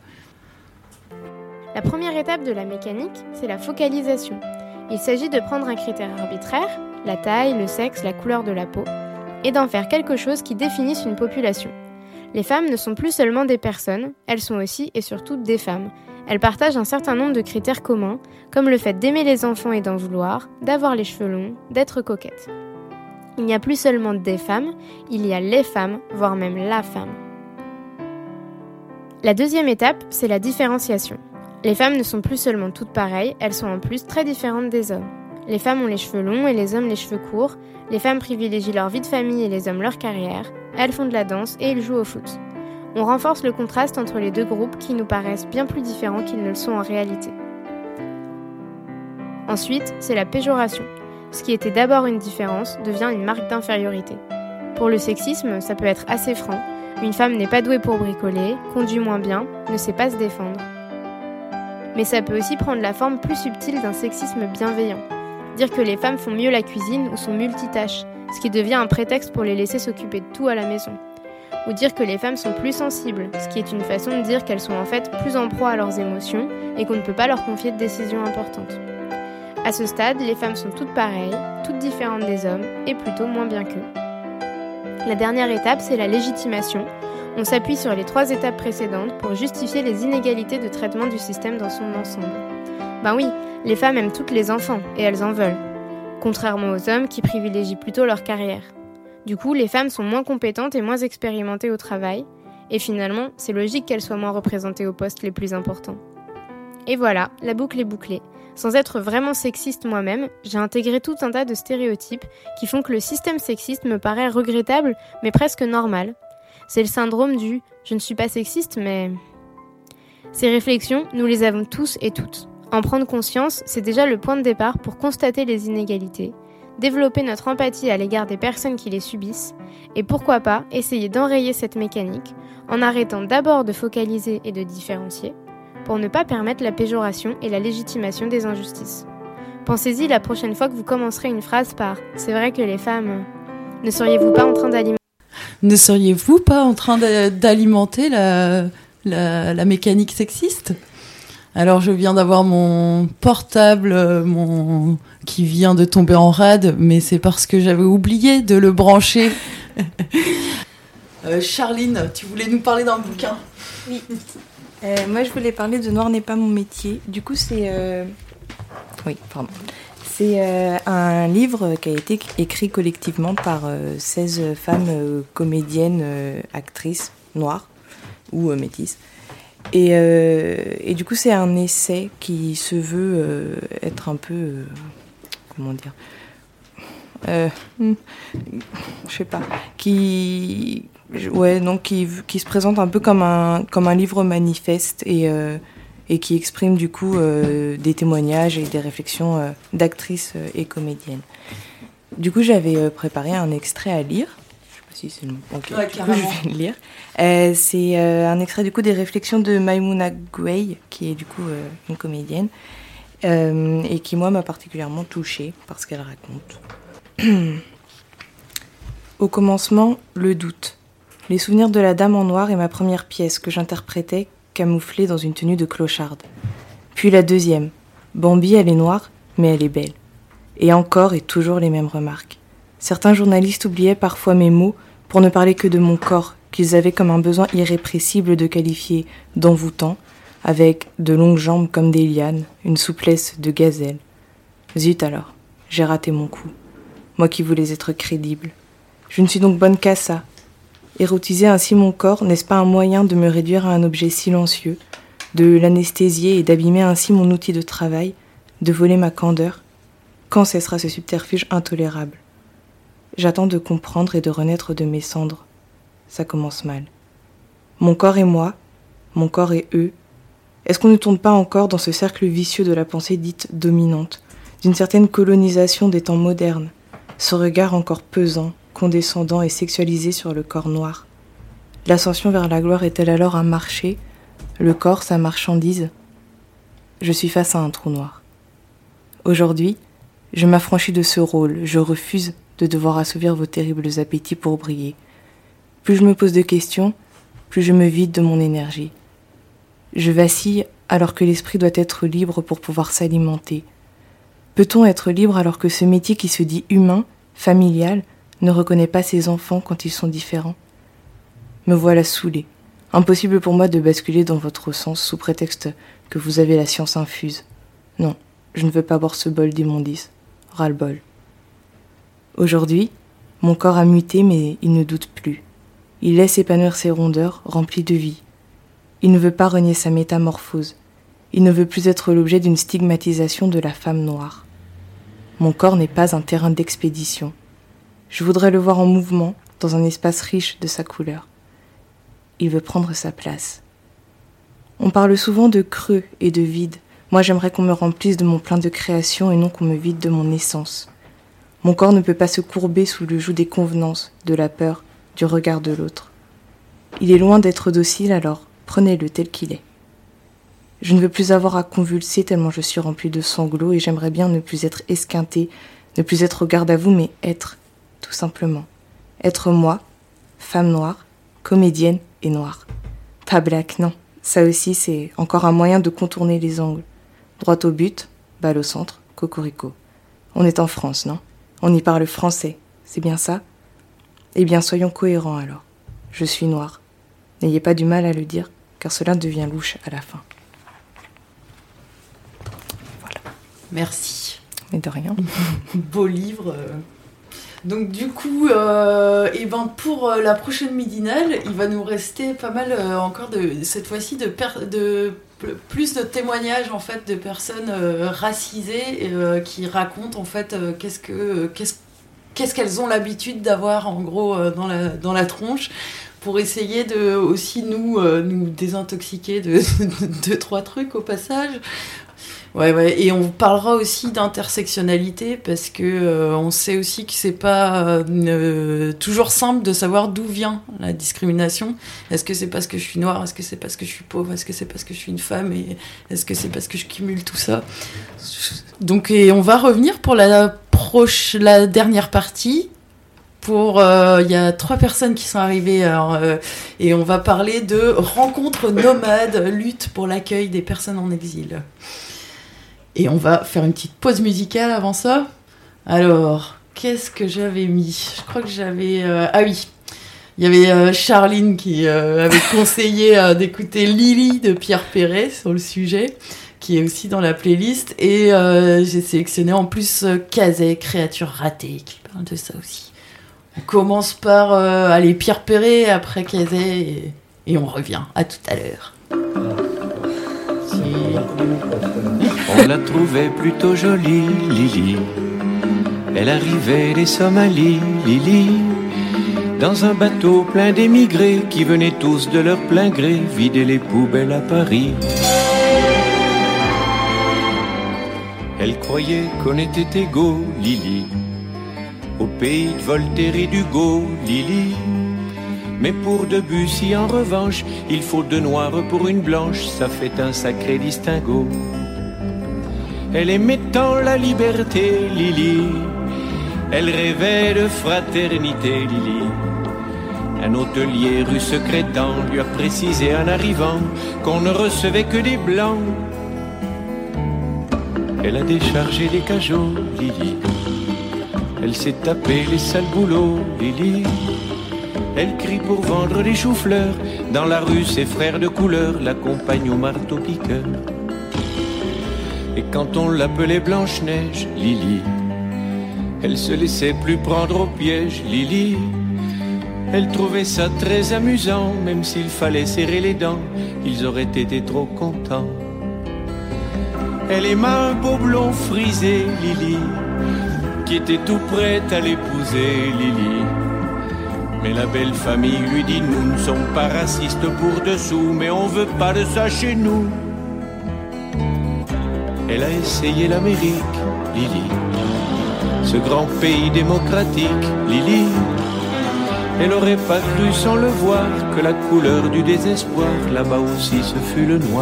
La première étape de la mécanique, c'est la focalisation. Il s'agit de prendre un critère arbitraire, la taille, le sexe, la couleur de la peau, et d'en faire quelque chose qui définisse une population. Les femmes ne sont plus seulement des personnes, elles sont aussi et surtout des femmes. Elles partagent un certain nombre de critères communs, comme le fait d'aimer les enfants et d'en vouloir, d'avoir les cheveux longs, d'être coquette. Il n'y a plus seulement des femmes, il y a les femmes, voire même la femme. La deuxième étape, c'est la différenciation. Les femmes ne sont plus seulement toutes pareilles, elles sont en plus très différentes des hommes. Les femmes ont les cheveux longs et les hommes les cheveux courts. Les femmes privilégient leur vie de famille et les hommes leur carrière. Elles font de la danse et ils jouent au foot. On renforce le contraste entre les deux groupes qui nous paraissent bien plus différents qu'ils ne le sont en réalité. Ensuite, c'est la péjoration. Ce qui était d'abord une différence devient une marque d'infériorité. Pour le sexisme, ça peut être assez franc. Une femme n'est pas douée pour bricoler, conduit moins bien, ne sait pas se défendre. Mais ça peut aussi prendre la forme plus subtile d'un sexisme bienveillant. Dire que les femmes font mieux la cuisine ou sont multitâches, ce qui devient un prétexte pour les laisser s'occuper de tout à la maison. Ou dire que les femmes sont plus sensibles, ce qui est une façon de dire qu'elles sont en fait plus en proie à leurs émotions et qu'on ne peut pas leur confier de décisions importantes. À ce stade, les femmes sont toutes pareilles, toutes différentes des hommes et plutôt moins bien qu'eux. La dernière étape, c'est la légitimation. On s'appuie sur les trois étapes précédentes pour justifier les inégalités de traitement du système dans son ensemble. Ben oui, les femmes aiment toutes les enfants et elles en veulent, contrairement aux hommes qui privilégient plutôt leur carrière. Du coup, les femmes sont moins compétentes et moins expérimentées au travail, et finalement, c'est logique qu'elles soient moins représentées aux postes les plus importants. Et voilà, la boucle est bouclée. Sans être vraiment sexiste moi-même, j'ai intégré tout un tas de stéréotypes qui font que le système sexiste me paraît regrettable, mais presque normal. C'est le syndrome du « je ne suis pas sexiste, mais… » Ces réflexions, nous les avons tous et toutes. En prendre conscience, c'est déjà le point de départ pour constater les inégalités, développer notre empathie à l'égard des personnes qui les subissent, et pourquoi pas essayer d'enrayer cette mécanique en arrêtant d'abord de focaliser et de différencier, pour ne pas permettre la péjoration et la légitimation des injustices. Pensez-y la prochaine fois que vous commencerez une phrase par « c'est vrai que les femmes… » Ne seriez-vous pas en train d'alimenter Ne seriez-vous pas en train d'alimenter la, la, la mécanique sexiste ? Alors je viens d'avoir mon portable mon... qui vient de tomber en rade, mais c'est parce que j'avais oublié de le brancher. euh, Charline, tu voulais nous parler d'un bouquin ? Oui. Euh, moi, je voulais parler de Noir n'est pas mon métier. Du coup, c'est... Euh... Oui, pardon. C'est euh, un livre qui a été écrit collectivement par euh, seize femmes euh, comédiennes, euh, actrices noires ou euh, métisses. Et, euh, et du coup, c'est un essai qui se veut euh, être un peu... Euh, comment dire euh, Je sais pas. Qui... Ouais, donc qui, qui se présente un peu comme un, comme un livre manifeste et, euh, et qui exprime du coup euh, des témoignages et des réflexions euh, d'actrices euh, et comédiennes. Du coup, j'avais euh, préparé un extrait à lire. Je sais pas si c'est le mot. Ok, ouais, du coup, je vais le lire. Euh, c'est euh, un extrait du coup des réflexions de Maïmouna Gouey, qui est du coup euh, une comédienne, euh, et qui moi m'a particulièrement touchée par ce qu'elle raconte. Au commencement, le doute. Les souvenirs de la Dame en noir est ma première pièce que j'interprétais camouflée dans une tenue de clocharde. Puis la deuxième. Bambi, elle est noire, mais elle est belle. Et encore et toujours les mêmes remarques. Certains journalistes oubliaient parfois mes mots pour ne parler que de mon corps, qu'ils avaient comme un besoin irrépressible de qualifier d'envoûtant, avec de longues jambes comme des lianes, une souplesse de gazelle. Zut alors, j'ai raté mon coup. Moi qui voulais être crédible. Je ne suis donc bonne qu'à ça. Érotiser ainsi mon corps, n'est-ce pas un moyen de me réduire à un objet silencieux, de l'anesthésier et d'abîmer ainsi mon outil de travail, de voler ma candeur ? Quand cessera ce subterfuge intolérable ? J'attends de comprendre et de renaître de mes cendres. Ça commence mal. Mon corps et moi, mon corps et eux, est-ce qu'on ne tourne pas encore dans ce cercle vicieux de la pensée dite dominante, d'une certaine colonisation des temps modernes, ce regard encore pesant, condescendant et sexualisé sur le corps noir. L'ascension vers la gloire est-elle alors un marché, le corps sa marchandise ? Je suis face à un trou noir. Aujourd'hui, je m'affranchis de ce rôle, je refuse de devoir assouvir vos terribles appétits pour briller. Plus je me pose de questions, plus je me vide de mon énergie. Je vacille alors que l'esprit doit être libre pour pouvoir s'alimenter. Peut-on être libre alors que ce métier qui se dit humain, familial, ne reconnaît pas ses enfants quand ils sont différents ? Me voilà saoulée. Impossible pour moi de basculer dans votre sens sous prétexte que vous avez la science infuse. Non, je ne veux pas boire ce bol d'immondice. Ras-le-bol. Aujourd'hui, mon corps a muté mais il ne doute plus. Il laisse épanouir ses rondeurs remplies de vie. Il ne veut pas renier sa métamorphose. Il ne veut plus être l'objet d'une stigmatisation de la femme noire. Mon corps n'est pas un terrain d'expédition. Je voudrais le voir en mouvement, dans un espace riche de sa couleur. Il veut prendre sa place. On parle souvent de creux et de vide. Moi, j'aimerais qu'on me remplisse de mon plein de création et non qu'on me vide de mon essence. Mon corps ne peut pas se courber sous le joug des convenances, de la peur, du regard de l'autre. Il est loin d'être docile, alors prenez-le tel qu'il est. Je ne veux plus avoir à convulser tellement je suis remplie de sanglots et j'aimerais bien ne plus être esquintée, ne plus être au garde à vous, mais être, tout simplement. Être moi, femme noire, comédienne et noire. Pas black, non. Ça aussi, c'est encore un moyen de contourner les angles. Droit au but, balle au centre, Cocorico. On est en France, non ? On y parle français, c'est bien ça ? Eh bien, soyons cohérents alors. Je suis noire. N'ayez pas du mal à le dire, car cela devient louche à la fin. Voilà. Merci. Mais de rien. Beau livre. Donc du coup, euh, et ben pour la prochaine midinale, il va nous rester pas mal euh, encore de cette fois-ci de, per- de plus de témoignages en fait de personnes euh, racisées euh, qui racontent en fait euh, qu'est-ce que qu'est-ce qu'est-ce qu'elles ont l'habitude d'avoir en gros euh, dans la dans la tronche, pour essayer de aussi nous euh, nous désintoxiquer de deux trois trucs au passage. Ouais, ouais, et on parlera aussi d'intersectionnalité parce que euh, on sait aussi que c'est pas euh, toujours simple de savoir d'où vient la discrimination. Est-ce que c'est parce que je suis noire ? Est-ce que c'est parce que je suis pauvre ? Est-ce que c'est parce que je suis une femme ? Et est-ce que c'est parce que je cumule tout ça ? Donc, et on va revenir pour la proche, la dernière partie. Pour, il euh, y a trois personnes qui sont arrivées alors, euh, et on va parler de rencontres nomades, lutte pour l'accueil des personnes en exil. Et on va faire une petite pause musicale avant ça. Alors, qu'est-ce que j'avais mis ? Je crois que j'avais... Euh... Ah oui, il y avait euh, Charline qui euh, avait conseillé euh, d'écouter Lily de Pierre Perret sur le sujet, qui est aussi dans la playlist. Et euh, j'ai sélectionné en plus euh, Cazet, Créature ratée, qui parle de ça aussi. On commence par euh, aller Pierre Perret, après Cazet, et, et on revient. À tout à l'heure. On la trouvait plutôt jolie, Lily. Elle arrivait des Somalies, Lily, dans un bateau plein d'émigrés qui venaient tous de leur plein gré vider les poubelles à Paris. Elle croyait qu'on était égaux, Lily, au pays de Voltaire et d'Hugo, Lily. Mais pour Debussy, en revanche, il faut deux noirs pour une blanche, ça fait un sacré distinguo. Elle aimait tant la liberté, Lily, elle rêvait de fraternité, Lily. Un hôtelier rue Secrétan lui a précisé en arrivant qu'on ne recevait que des blancs. Elle a déchargé les cajots, Lily, elle s'est tapé les sales boulots, Lily. Elle crie pour vendre des choux-fleurs, dans la rue ses frères de couleur l'accompagnent au marteau-piqueur. Et quand on l'appelait Blanche-Neige, Lily, elle se laissait plus prendre au piège, Lily. Elle trouvait ça très amusant, même s'il fallait serrer les dents, ils auraient été trop contents. Elle aima un beau blond frisé, Lily, qui était tout prête à l'épouser, Lily. Mais la belle famille lui dit, nous ne sommes pas racistes pour dessous, mais on veut pas de ça chez nous. Elle a essayé l'Amérique, Lily, ce grand pays démocratique, Lily. Elle aurait pas cru sans le voir que la couleur du désespoir, là-bas aussi ce fut le noir.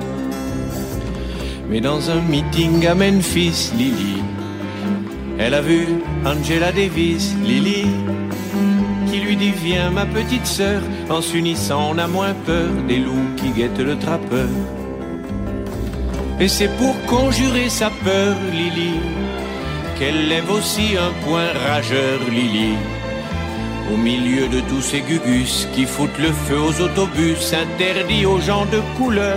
Mais dans un meeting à Memphis, Lily, elle a vu Angela Davis, Lily, qui lui dit viens ma petite sœur, en s'unissant on a moins peur des loups qui guettent le trappeur. Et c'est pour conjurer sa peur, Lily, qu'elle lève aussi un poing rageur, Lily, au milieu de tous ces gugus qui foutent le feu aux autobus interdits aux gens de couleur.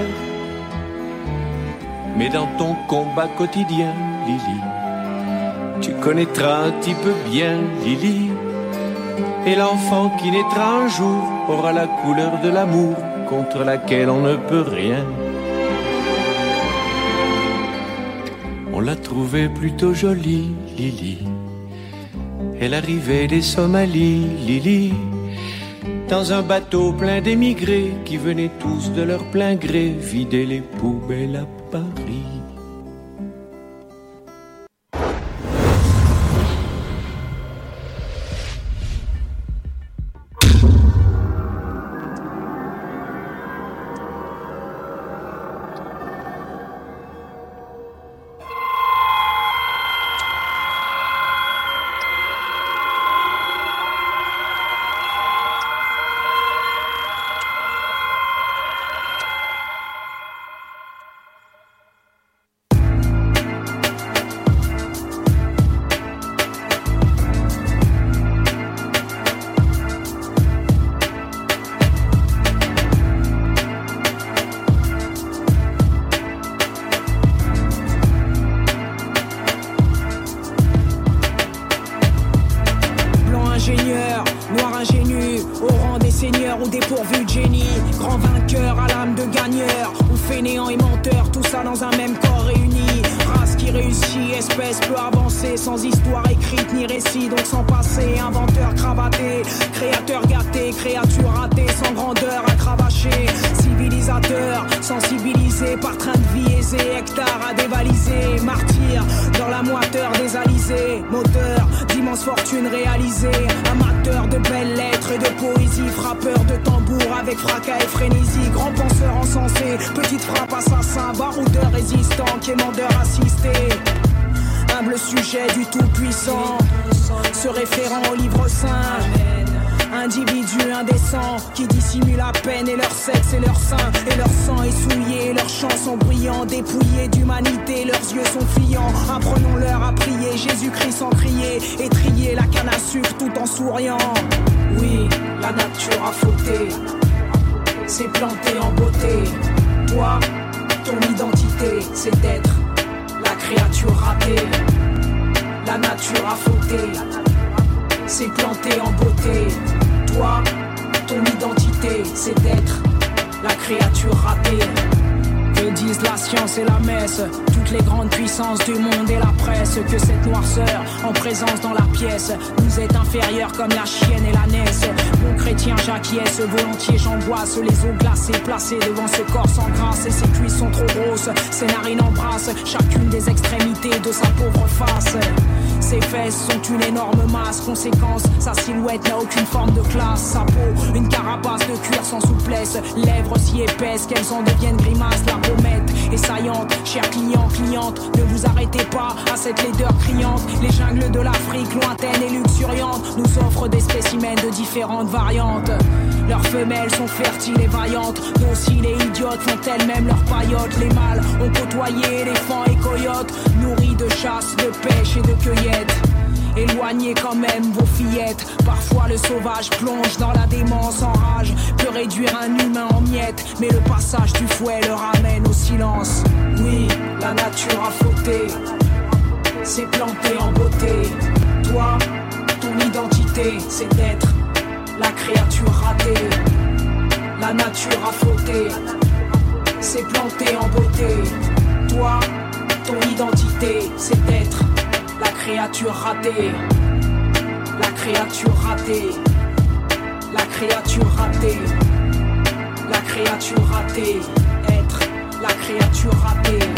Mais dans ton combat quotidien, Lily, tu connaîtras un petit peu bien, Lily, et l'enfant qui naîtra un jour aura la couleur de l'amour contre laquelle on ne peut rien. On la trouvait plutôt jolie, Lily. Elle arrivait des Somalies, Lily, dans un bateau plein d'émigrés qui venaient tous de leur plein gré vider les poubelles à Paris. pas dans un même corps réuni. Race qui réussit, espèce peu avancée, sans histoire écrite ni récit, donc sans passé. Inventeur cravaté, créateur gâté, créature ratée, sans grandeur à cravacher. Civilisateur, sensibilisé par train de vie aisé, hectare à dévaliser. Martyr dans la moiteur des alizés, moteur d'immenses fortunes réalisées. Amateur de belles lettres et de poésie, frappeur de tambour avec fracas et frénésie. Grand penseur encensé, petite frappe assassin, baroudeur résistant, quémandeur assisté. Humble sujet du tout-puissant, se référant au livre saint. Individu indécent qui dissimule à peine et leur sexe et leur sein et leur sang est souillé, leurs chants sont brillants, dépouillés d'humanité, leurs yeux sont fuyants. Apprenons-leur à prier, Jésus-Christ sans crier, et trier la canne à sucre tout en souriant. Oui, la nature a fauté, s'est plantée en beauté. Toi, ton identité, c'est d'être la créature ratée. La nature a fauté, s'est plantée en beauté. Toi, ton identité, c'est d'être la créature ratée. Que disent la science et la messe, toutes les grandes puissances du monde et la presse, que cette noirceur en présence dans la pièce nous est inférieure comme la chienne et la naisse. Bon chrétien j'acquiesce, volontiers j'angoisse, les os glacés placés devant ce corps sans grâce. Et ses cuisses sont trop grosses, ses narines embrassent chacune des extrémités de sa pauvre face. Ses fesses sont une énorme masse, conséquence, sa silhouette n'a aucune forme de classe. Sa peau, une carapace de cuir sans souplesse, lèvres si épaisses qu'elles en deviennent grimaces. La pommette est saillante, chers clients, clientes, ne vous arrêtez pas à cette laideur criante. Les jungles de l'Afrique, lointaines et luxuriantes, nous offrent des spécimens de différentes variantes. Leurs femelles sont fertiles et vaillantes, dociles et idiotes font elles-mêmes leurs paillotes. Les mâles ont côtoyé éléphants et coyotes, nourris de chasse, de pêche et de cueillette. Éloignez quand même vos fillettes. Parfois le sauvage plonge dans la démence en rage, peut réduire un humain en miettes, mais le passage du fouet le ramène au silence. Oui, la nature a fauté, s'est plantée en beauté. Toi, ton identité, c'est d'être la créature ratée. La nature a fauté, s'est plantée en beauté. Toi, ton identité, c'est d'être la créature ratée. La créature ratée. La créature ratée. La créature ratée. Être la créature ratée.